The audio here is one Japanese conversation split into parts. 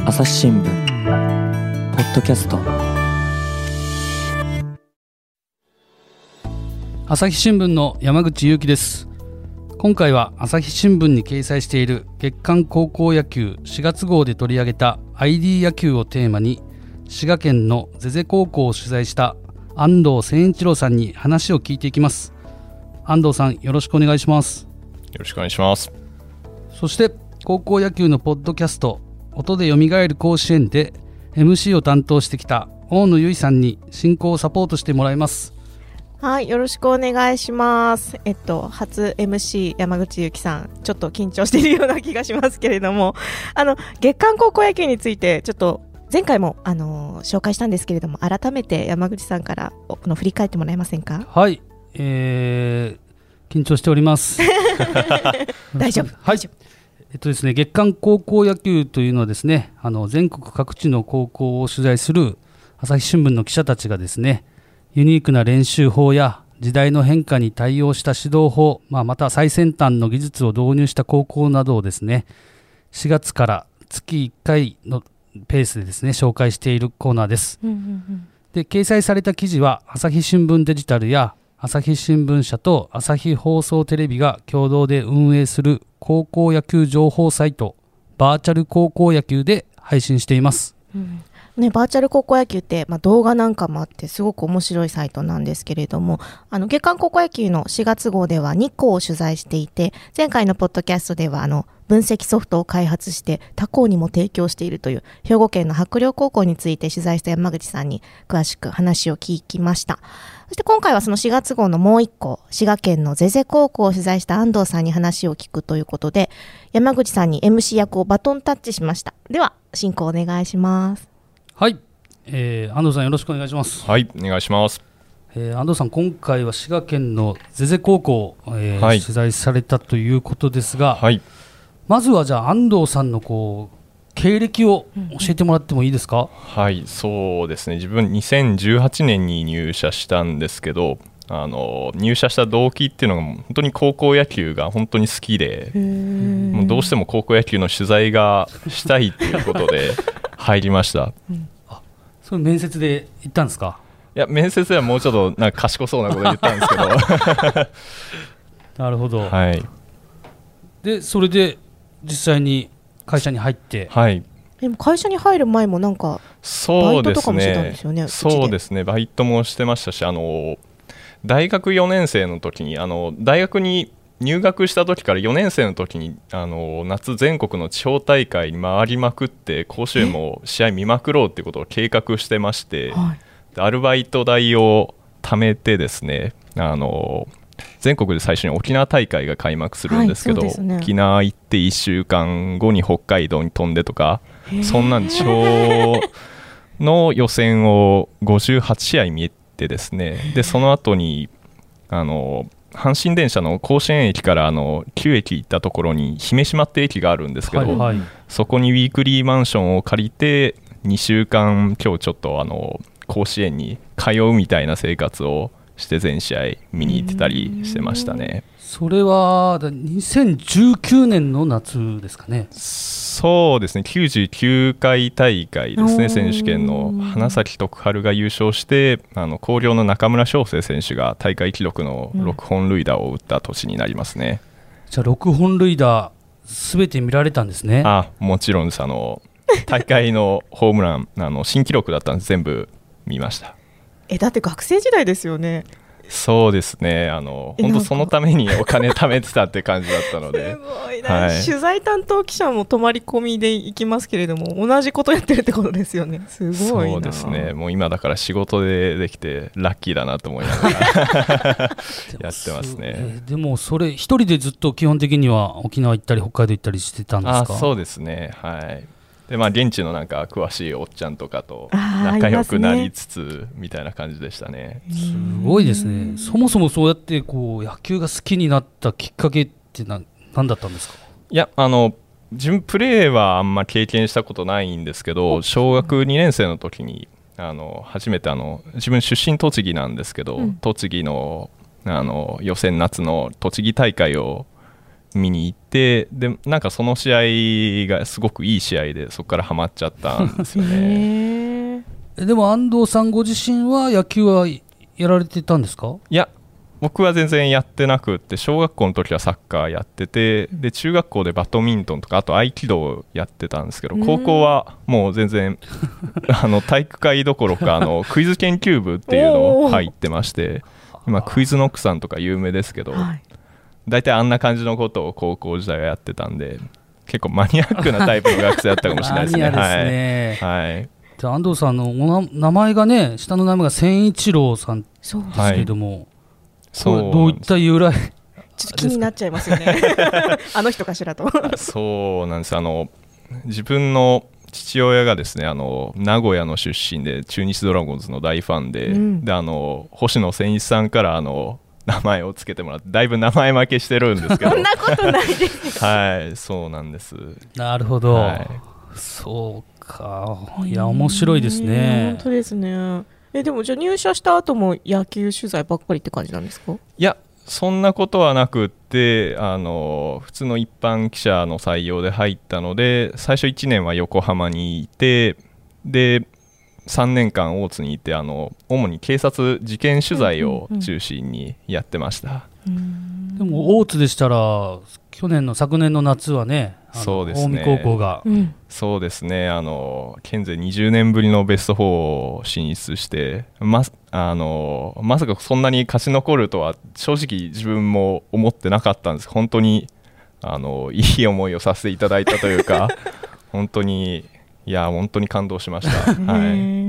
朝日新聞ポッドキャスト。 朝日新聞の山口祐希です。今回は朝日新聞に掲載している月刊高校野球4月号で取り上げた ID 野球をテーマに、滋賀県のゼゼ高校を取材した安藤千一郎さんに話を聞いていきます。安藤さん、よろしくお願いします。 よろしくお願いします。 そして高校野球のポッドキャスト音でよみがえる甲子園で MC を担当してきた大野由依さんに進行をサポートしてもらいます。 はい、よろしくお願いします。初 MC 山口由希さん、ちょっと緊張しているような気がしますけれども、月刊高校野球についてちょっと前回も紹介したんですけれども、改めて山口さんから振り返ってもらえませんか？ はい、緊張しております大丈夫、 はい、ですね、月刊高校野球というのはですね、全国各地の高校を取材する朝日新聞の記者たちがですね、ユニークな練習法や時代の変化に対応した指導法、また最先端の技術を導入した高校などをですね、4月から月1回のペースでですね紹介しているコーナーです。で、掲載された記事は朝日新聞デジタルや朝日新聞社と朝日放送テレビが共同で運営する高校野球情報サイトバーチャル高校野球で配信しています。 バーチャル高校野球って、動画なんかもあってすごく面白いサイトなんですけれども、月刊高校野球の4月号では2校を取材していて、前回のポッドキャストでは分析ソフトを開発して他校にも提供しているという兵庫県の白陵高校について取材した山口さんに詳しく話を聞きました。そして今回はその4月号のもう1校、滋賀県のゼゼ高校を取材した安藤さんに話を聞くということで、山口さんに MC 役をバトンタッチしました。では進行お願いします。 はい、安藤さん、よろしくお願いします。 はい、お願いします。 安藤さん、今回は滋賀県のゼゼ高校、取材されたということですが、まずはじゃあ安藤さんの経歴を教えてもらってもいいですか？ はい、そうですね、自分2018年に入社したんですけど、入社した動機っていうのが本当に高校野球が本当に好きで、もうどうしても高校野球の取材がしたいということで入りましたそれ面接で行ったんですか？ いや、面接ではもうちょっとなんか賢そうなこと言ったんですけどなるほど、 はい、 でそれで実際に会社に入って、 はい、 でも会社に入る前もなんかバイトとかもしてたんですよね。 そうですね、バイトもしてましたし、大学4年生の時に大学に入学した時から4年生の時に夏全国の地方大会に回りまくって甲子園も試合見まくろうっていうことを計画してまして、でアルバイト代を貯めてですね、全国で最初に沖縄大会が開幕するんですけど、沖縄行って1週間後に北海道に飛んでとか、そんなん地方の予選を58試合見てですね、でその後に阪神電車の甲子園駅から旧駅行ったところに姫島って駅があるんですけど、そこにウィークリーマンションを借りて2週間今日ちょっと甲子園に通うみたいな生活をして全試合見に行ってたりしてましたね。 それは2019年の夏ですかね？ そうですね、99回大会ですね、選手権の花咲徳栄が優勝して広陵の中村翔成選手が大会記録の6本塁打を打った年になりますね。 じゃあ6本塁打すべて見られたんですね？ もちろんです。大会のホームラン新記録だったんで全部見ました。 だって学生時代ですよね？ そうですね、本当そのためにお金貯めてたって感じだったのですごいな、取材担当記者も泊まり込みで行きますけれども、同じことやってるってことですよね。すごいな。 そうですね、もう今だから仕事でできてラッキーだなと思いながらやってますね。 でもそれ一人でずっと基本的には沖縄行ったり北海道行ったりしてたんですか？ そうですね、はい。で現地のなんか詳しいおっちゃんとかと仲良くなりつつみたいな感じでしたね。 すごいですね。そもそもそうやって野球が好きになったきっかけって何だったんですか？ いや、自分プレーはあんま経験したことないんですけど、小学2年生の時に初めて自分出身栃木なんですけど、栃木の予選夏の栃木大会を見に行って、でなんかその試合がすごくいい試合で、そこからハマっちゃったんですよね。 でも安藤さんご自身は野球はやられてたんですか？ いや、僕は全然やってなくって、小学校の時はサッカーやってて、で中学校でバドミントンとかあと合気道をやってたんですけど、高校はもう全然体育会どころかクイズ研究部っていうのを入ってまして、今クイズノックさんとか有名ですけど、大体あんな感じのことを高校時代はやってたんで、結構マニアックなタイプの学生だったかもしれないですね。 マニアですね。 はい。 じゃあ安藤さんの名前がね、下の名前が千一郎さんですけれども、そうどういった由来？ ちょっと気になっちゃいますよねあの人かしらとそうなんです。自分の父親がですね、名古屋の出身で中日ドラゴンズの大ファンで、で星野千一さんから名前をつけてもらって、だいぶ名前負けしてるんですけどそんなことないですはい、そうなんです。 なるほど、 はい、 そうか。いや面白いですね。 本当ですね。でもじゃあ入社した後も野球取材ばっかりって感じなんですか？ いや、そんなことはなくって、普通の一般記者の採用で入ったので、最初1年は横浜にいて、で3年間大津にいて、主に警察事件取材を中心にやってました。 でも大津でしたら昨年の夏はね、 そうですね、 近江高校が、 そうですね、県勢20年ぶりのベスト4進出して、まさかそんなに勝ち残るとは正直自分も思ってなかったんです。本当にいい思いをさせていただいたというか本当に感動しました、はい、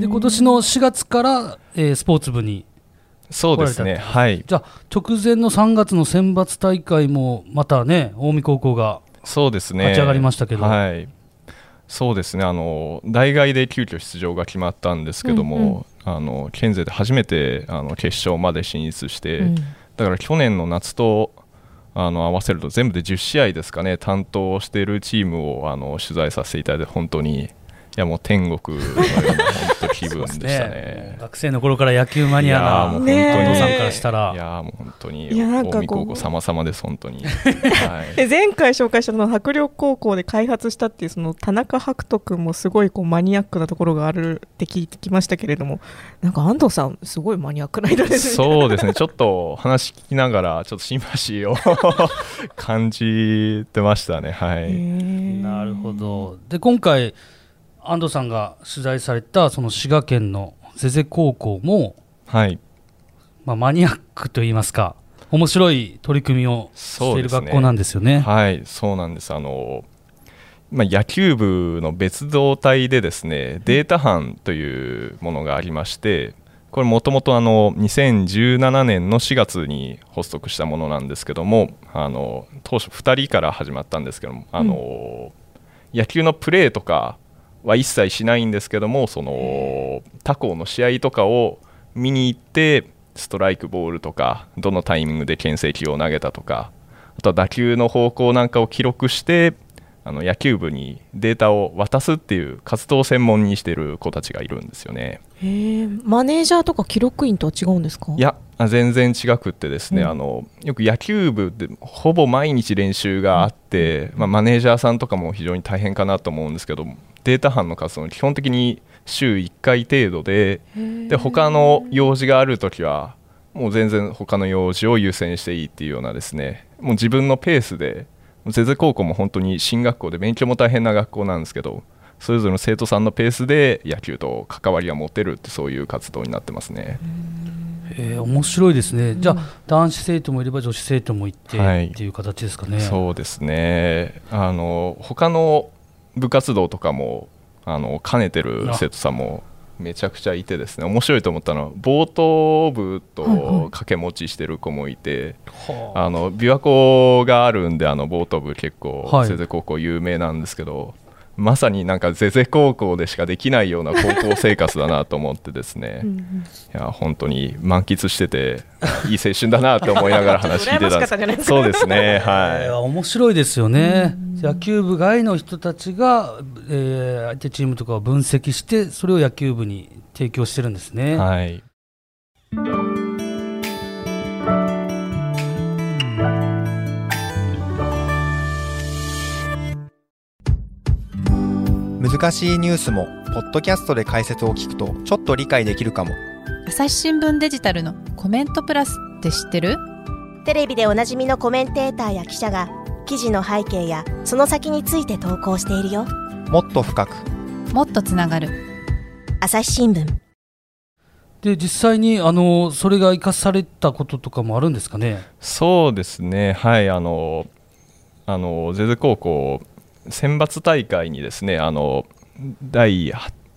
で今年の4月から、スポーツ部にそうですね、はい。 じゃあ直前の3月の選抜大会もまたね、近江高校がそうですね、 勝ち上がりましたけど、 はい、そうですね、大概で急遽出場が決まったんですけども、県勢で初めて決勝まで進出して、だから去年の夏と合わせると全部で10試合ですかね、担当しているチームを取材させていただいて、本当にもう天国のような本当気分でしたね学生の頃から野球マニアなもう本当にさんからしたら、 もう本当に近江高校様々です本当に前回紹介したの白陵高校で開発したっていうその田中白人君もすごいマニアックなところがあるって聞いてきましたけれども、なんか安藤さんすごいマニアックな人ですね。 そうですね、ちょっと話聞きながらちょっとシンパシーを感じてましたね。はい。 なるほど。で今回安藤さんが取材されたその滋賀県の瀬瀬高校も、 はい、 マニアックといいますか面白い取り組みをしている学校なんですよね。 はい、そうなんです。野球部の別動隊でですね、データ班というものがありまして、これもともと2017年の4月に発足したものなんですけども、当初2人から始まったんですけども、野球のプレーとかは一切しないんですけども、その他校の試合とかを見に行ってストライクボールとかどのタイミングで牽制球を投げたとか、あとは打球の方向なんかを記録して野球部にデータを渡すっていう活動を専門にしている子たちがいるんですよね。 マネージャーとか記録員とは違うんですか？ いや、全然違くってですね、よく野球部でほぼ毎日練習があって、マネージャーさんとかも非常に大変かなと思うんですけど、データ班の活動は基本的に週1回程度で、他の用事があるときはもう全然他の用事を優先していいっていうようなですね、もう自分のペースで、瀬瀬高校も本当に進学校で勉強も大変な学校なんですけど、それぞれの生徒さんのペースで野球と関わりが持てるって、そういう活動になってますね。 面白いですね。じゃあ男子生徒もいれば女子生徒もいて、っていう形ですかね。 そうですね、他の部活動とかも兼ねてる生徒さんもめちゃくちゃいてですね、面白いと思ったのはボート部と掛け持ちしてる子もいて、琵琶湖があるんでボート部結構瀬瀬高校有名なんですけど、まさになんか瀬瀬高校でしかできないような高校生活だなと思ってですねいや本当に満喫してていい青春だなと思いながら話聞いてたんですそうですね、はい、 面白いですよね。野球部外の人たちが、相手チームとかを分析してそれを野球部に提供してるんですね。 はい。 難しいニュースもポッドキャストで解説を聞くとちょっと理解できるかも。 朝日新聞デジタルのコメントプラスって知ってる？ テレビでおなじみのコメンテーターや記者が記事の背景やその先について投稿しているよ。 もっと深く、 もっとつながる。 朝日新聞。 で実際にそれが生かされたこととかもあるんですかね？ そうですね、はい、ゼゼ高校選抜大会にですね、第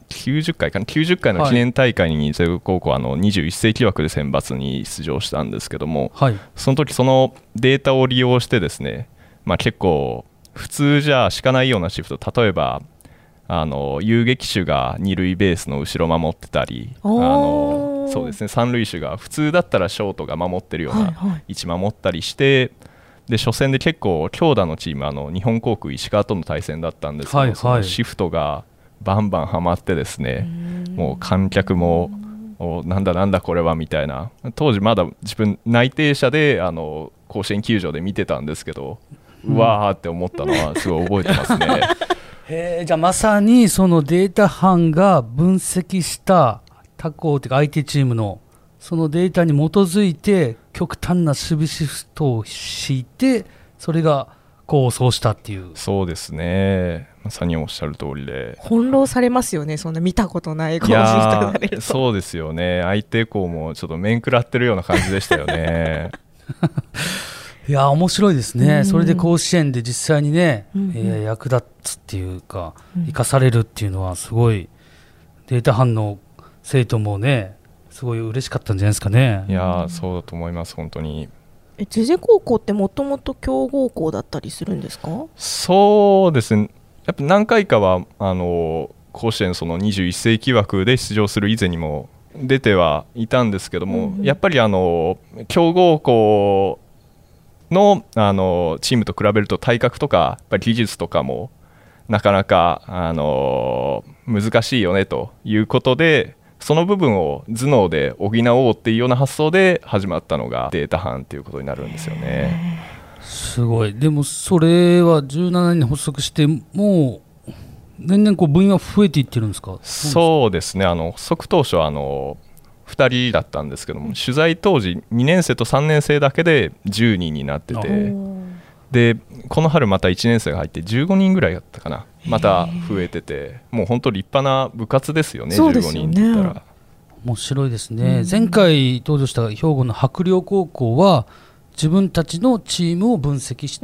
90回かな、90回の記念大会にゼゼ高校21世紀枠で選抜に出場したんですけども、 はい、 その時そのデータを利用してですね、結構普通じゃ敷かないようなシフト、例えば遊撃手が二塁ベースの後ろ守ってたり、そうですね、三塁手が普通だったらショートが守ってるような位置守ったりして、で初戦で結構強打のチーム日本航空石川との対戦だったんですけど、そのシフトがバンバンはまってですね、もう観客もなんだこれはみたいな、当時まだ自分内定者で甲子園球場で見てたんですけど、うわーって思ったのはすごい覚えてますね。 じゃあまさにそのデータ班が分析した他校というか相手チームのそのデータに基づいて極端な守備シフトを敷いて、それがそうしたっていう。 そうですね、まさにおっしゃる通りで、 翻弄されますよね、そんな見たことない講師になれると。 そうですよね、相手校もちょっと面食らってるような感じでしたよね。 いや面白いですね、それで甲子園で実際にね、役立つっていうか、生かされるっていうのはすごい、データ班の生徒もねすごい嬉しかったんじゃないですかね。 いやそうだと思います、本当に。 ゼゼ高校ってもともと強豪校だったりするんですか？ そうですね、やっぱ何回かは甲子園その21世紀枠で出場する以前にも出てはいたんですけども、やっぱり強豪校のチームと比べると体格とかやっぱり技術とかもなかなか難しいよねということで、その部分を頭脳で補おうっていうような発想で始まったのがデータ班っていうことになるんですよね。 すごい。でもそれは17年に発足してもう年々部員は増えていってるんですか？ そうですね、発足当初は2人だったんですけども、取材当時2年生と3年生だけで10人になってて、でこの春また1年生が入って15人ぐらいだったかな、また増えてて、もう本当立派な部活ですよね。15人って言ったら面白いですね。前回登場した兵庫の白陵高校は自分たちのチームを分析して、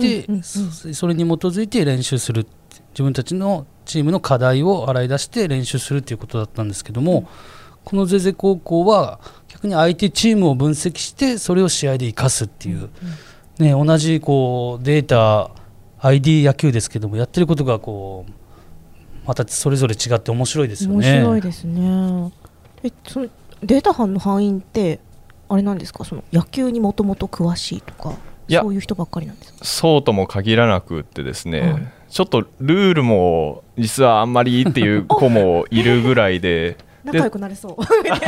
それに基づいて練習する、自分たちのチームの課題を洗い出して練習するということだったんですけども、このゼゼ高校は逆に相手チームを分析してそれを試合で生かすっていう、同じデータ ID 野球ですけども、やってることがまたそれぞれ違って面白いですよね。 面白いですね。そのデータ班の班員ってあれなんですか、その野球にもともと詳しいとかそういう人ばっかりなんですか？ そうとも限らなくってですね、ちょっとルールも実はあんまりっていう子もいるぐらいで仲良くなれそう。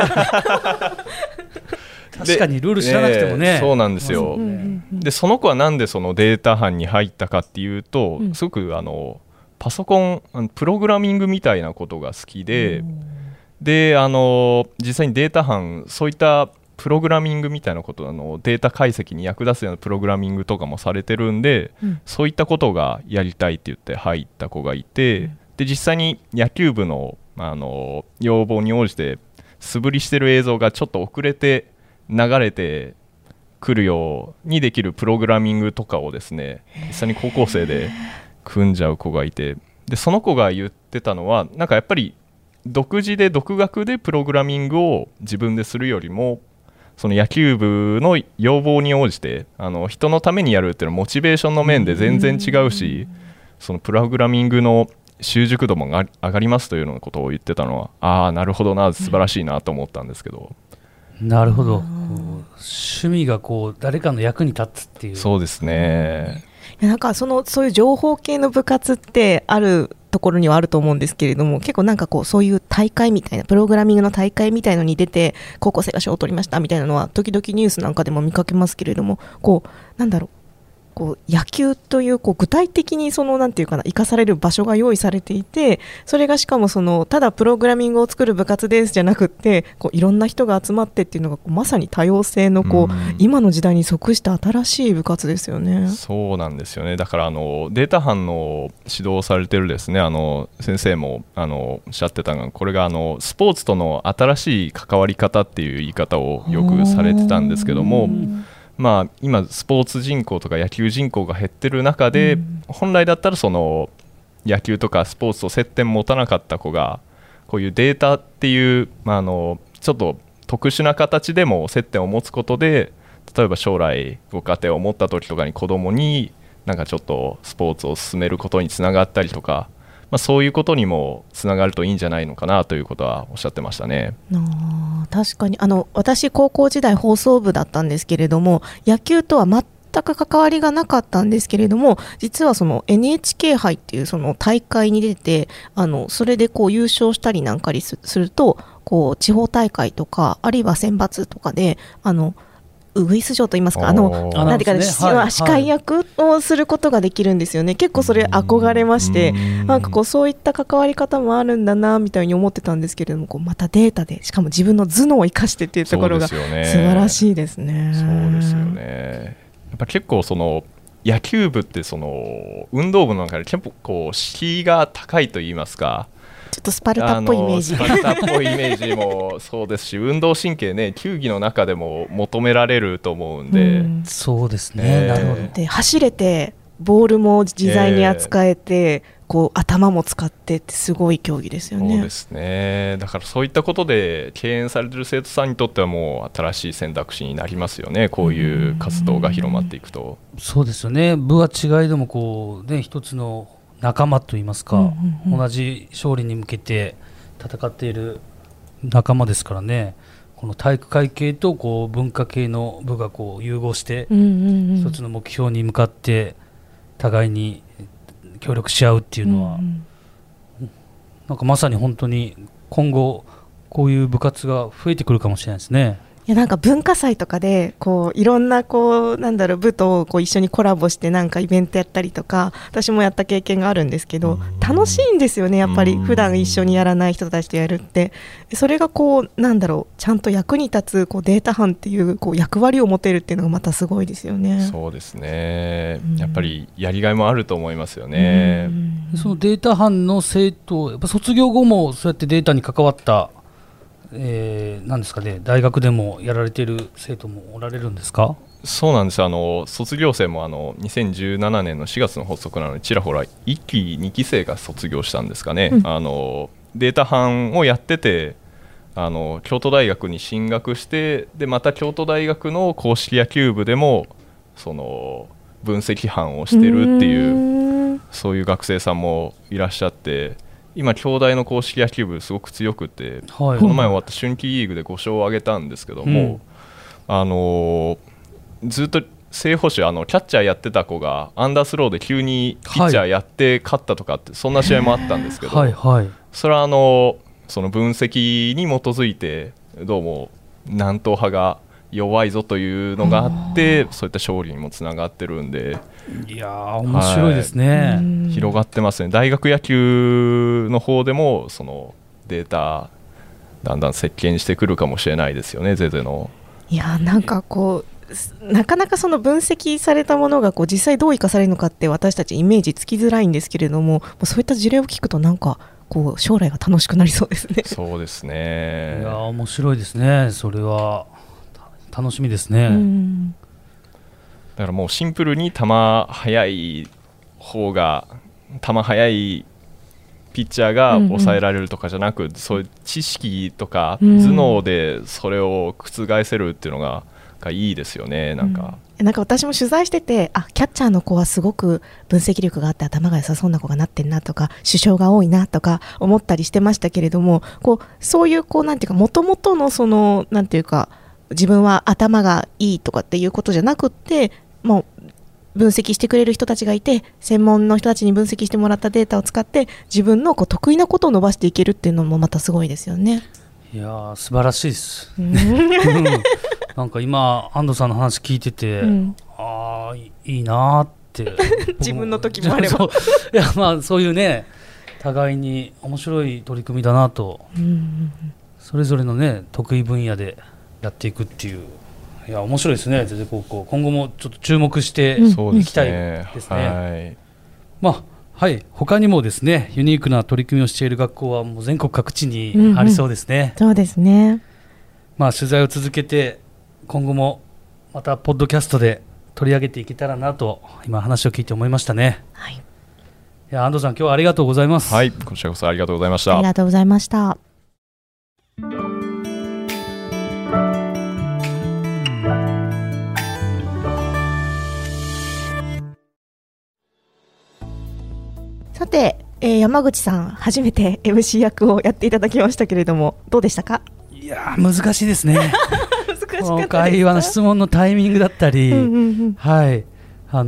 確かにルール知らなくてもね、 そうなんですよ。でその子はなんでそのデータ班に入ったかっていうと、すごくパソコンプログラミングみたいなことが好きで、で実際にデータ班そういったプログラミングみたいなことデータ解析に役立つようなプログラミングとかもされてるんで、そういったことがやりたいって言って入った子がいて、で実際に野球部の要望に応じて素振りしてる映像がちょっと遅れて流れてくるようにできるプログラミングとかをですね、実際に高校生で組んじゃう子がいて、でその子が言ってたのは、なんかやっぱり独自で独学でプログラミングを自分でするよりも、その野球部の要望に応じて人のためにやるっていうのはモチベーションの面で全然違うし、そのプログラミングの習熟度も上がりますというようなことを言ってたのは、なるほどな、素晴らしいなと思ったんですけど。 なるほど。趣味が誰かの役に立つっていう。 そうですね。 なんかそういう情報系の部活ってあるところにはあると思うんですけれども、結構なんかそういう大会みたいな、プログラミングの大会みたいのに出て高校生が賞を取りましたみたいなのは時々ニュースなんかでも見かけますけれども、なんだろう、 こう野球という具体的になんていうかな生かされる場所が用意されていて、それがしかもただプログラミングを作る部活ですじゃなくっていろんな人が集まってっていうのがまさに多様性の今の時代に即した新しい部活ですよね。 そうなんですよね。だからデータ班の指導をされてるですね先生もおっしゃってたのが、これがスポーツとの新しい関わり方っていう言い方をよくされてたんですけども、今スポーツ人口とか野球人口が減ってる中で、本来だったら野球とかスポーツと接点持たなかった子がこういうデータっていう、ちょっと特殊な形でも接点を持つことで、例えば将来ご家庭を持った時とかに子供になんかちょっとスポーツを進めることにつながったりとか、そういうことにもつながるといいんじゃないのかなということはおっしゃってましたね。 確かに私高校時代放送部だったんですけれども、野球とは全く関わりがなかったんですけれども、実はNHK 杯っていう大会に出てそれで優勝したりなんかすると地方大会とかあるいは選抜とかでウグイス嬢といいますかなんていうか、ね、司会役をすることができるんですよね。結構それ憧れまして、なんかそういった関わり方もあるんだなみたいに思ってたんですけれども、またデータでしかも自分の頭脳を生かしてっていうところが素晴らしいですね。 そうですよね。やっぱ結構野球部って運動部の中で結構敷居が高いといいますか、 ちょっとスパルタっぽいイメージスパルタっぽいイメージもそうですし、運動神経ね、球技の中でも求められると思うんで、 そうですね、なるほど。 で走れてボールも自在に扱えて、頭も使ってってすごい競技ですよね。 そうですね。だからそういったことで敬遠されてる生徒さんにとってはもう新しい選択肢になりますよね。こういう活動が広まっていくと。 そうですよね。部は違いでも一つの仲間といいますか、同じ勝利に向けて戦っている仲間ですからね。この体育会系と文化系の部が融合して一つの目標に向かって互いに協力し合うっていうのは、なんかまさに本当に今後こういう部活が増えてくるかもしれないですね。 いや、なんか文化祭とかでいろんな部と一緒にコラボしてなんかイベントやったりとか、私もやった経験があるんですけど、楽しいんですよね。やっぱり普段一緒にやらない人たちとやるって、それがちゃんと役に立つデータ班っていう役割を持てるっていうのがまたすごいですよね。 そうですね、やっぱりやりがいもあると思いますよね。 そのデータ班の生徒、やっぱ卒業後もそうやってデータに関わったなんですかね、大学でもやられている生徒もおられるんですか？ そうなんです。卒業生も2017年の4月の発足なので、ちらほら1期2期生が卒業したんですかね。データ班をやってて京都大学に進学して、でまた京都大学の硬式野球部でも分析班をしてるっていう、そういう学生さんもいらっしゃって、今京大の硬式野球部すごく強くて、この前終わった春季リーグで5勝を挙げたんですけども、ずっと正捕手キャッチャーやってた子がアンダースローで急にピッチャーやって勝ったとかって、そんな試合もあったんですけど、それはその分析に基づいてどうも南東派が弱いぞというのがあって、そういった勝利にもつながってるんで、 いやー面白いですね。 広がってますね。大学野球の方でもそのデータだんだん席巻してくるかもしれないですよね。ゼゼのいやなんかなかなかその分析されたものが実際どう生かされるのかって私たちイメージつきづらいんですけれども、そういった事例を聞くとなんか将来が楽しくなりそうですね。 そうですね。 いや面白いですね。それは楽しみですね。 だからもうシンプルに球速い方が球速いピッチャーが抑えられるとかじゃなく、そういう知識とか頭脳でそれを覆せるっていうのがいいですよね。なんか私も取材してて、キャッチャーの子はすごく分析力があって頭が良さそうな子がなってるなとか、主将が多いなとか思ったりしてましたけれども、そういうなんていうか元々のそのなんていうか自分は頭がいいとかっていうことじゃなくって、もう分析してくれる人たちがいて、専門の人たちに分析してもらったデータを使って自分の得意なことを伸ばしていけるっていうのもまたすごいですよね。 いや素晴らしいです、なんか今安藤さんの話聞いてて、 いいなって自分の時もあればそういやまあそういうね互いに面白い取り組みだなと、それぞれのね得意分野でやっていくっていう、いや面白いですね。ゼゼ高校今後もちょっと注目していきたいですね。まあはい、他にもですねユニークな取り組みをしている学校はもう全国各地にありそうですね。 そうですね。 まあ取材を続けて今後もまたポッドキャストで取り上げていけたらなと今話を聞いて思いましたね。はい、いや安藤さん今日はありがとうございます。 はい、こちらこそありがとうございました。 ありがとうございました。さて、山口さん初めて MC 役をやっていただきましたけれどもどうでしたか？ いや難しいですね難しかったですか？ この会話の質問のタイミングだったり、はい、いや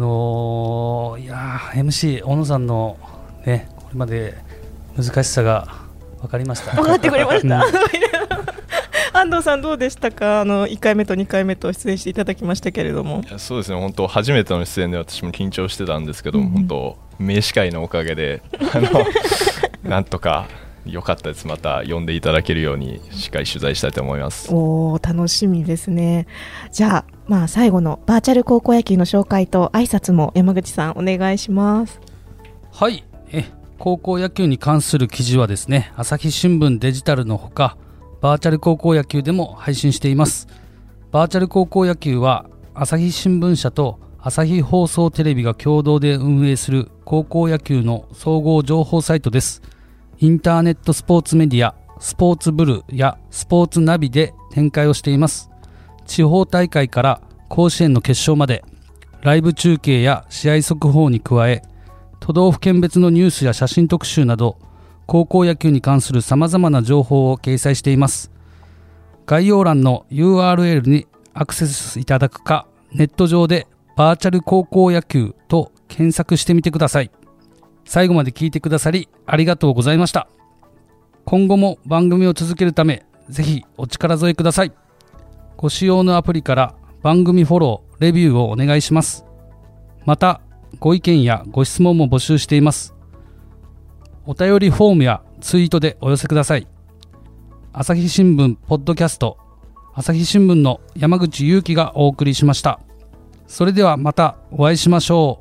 MC 小野さんのねこれまで難しさが分かりました。 分かってくれました安藤さんどうでしたか？1回目と2回目と出演していただきましたけれども。 いやそうですね、本当初めての出演で私も緊張してたんですけど、本当名司会のおかげでなんとか良かったです。また呼んでいただけるようにしっかり取材したいと思います。 おー楽しみですね。じゃあ、最後のバーチャル高校野球の紹介と挨拶も山口さんお願いします。 はい、高校野球に関する記事はですね朝日新聞デジタルのほかバーチャル高校野球でも配信しています。バーチャル高校野球は朝日新聞社と朝日放送テレビが共同で運営する高校野球の総合情報サイトです。インターネットスポーツメディアスポーツブルやスポーツナビで展開をしています。地方大会から甲子園の決勝までライブ中継や試合速報に加え都道府県別のニュースや写真特集など高校野球に関するさまざまな情報を掲載しています。概要欄の URL にアクセスいただくかネット上でバーチャル高校野球と検索してみてください。最後まで聞いてくださりありがとうございました。今後も番組を続けるためぜひお力添えください。ご使用のアプリから番組フォロー、レビューをお願いします。またご意見やご質問も募集しています。お便りフォームやツイートでお寄せください。朝日新聞ポッドキャスト、朝日新聞の山口祐希がお送りしました。それではまたお会いしましょう。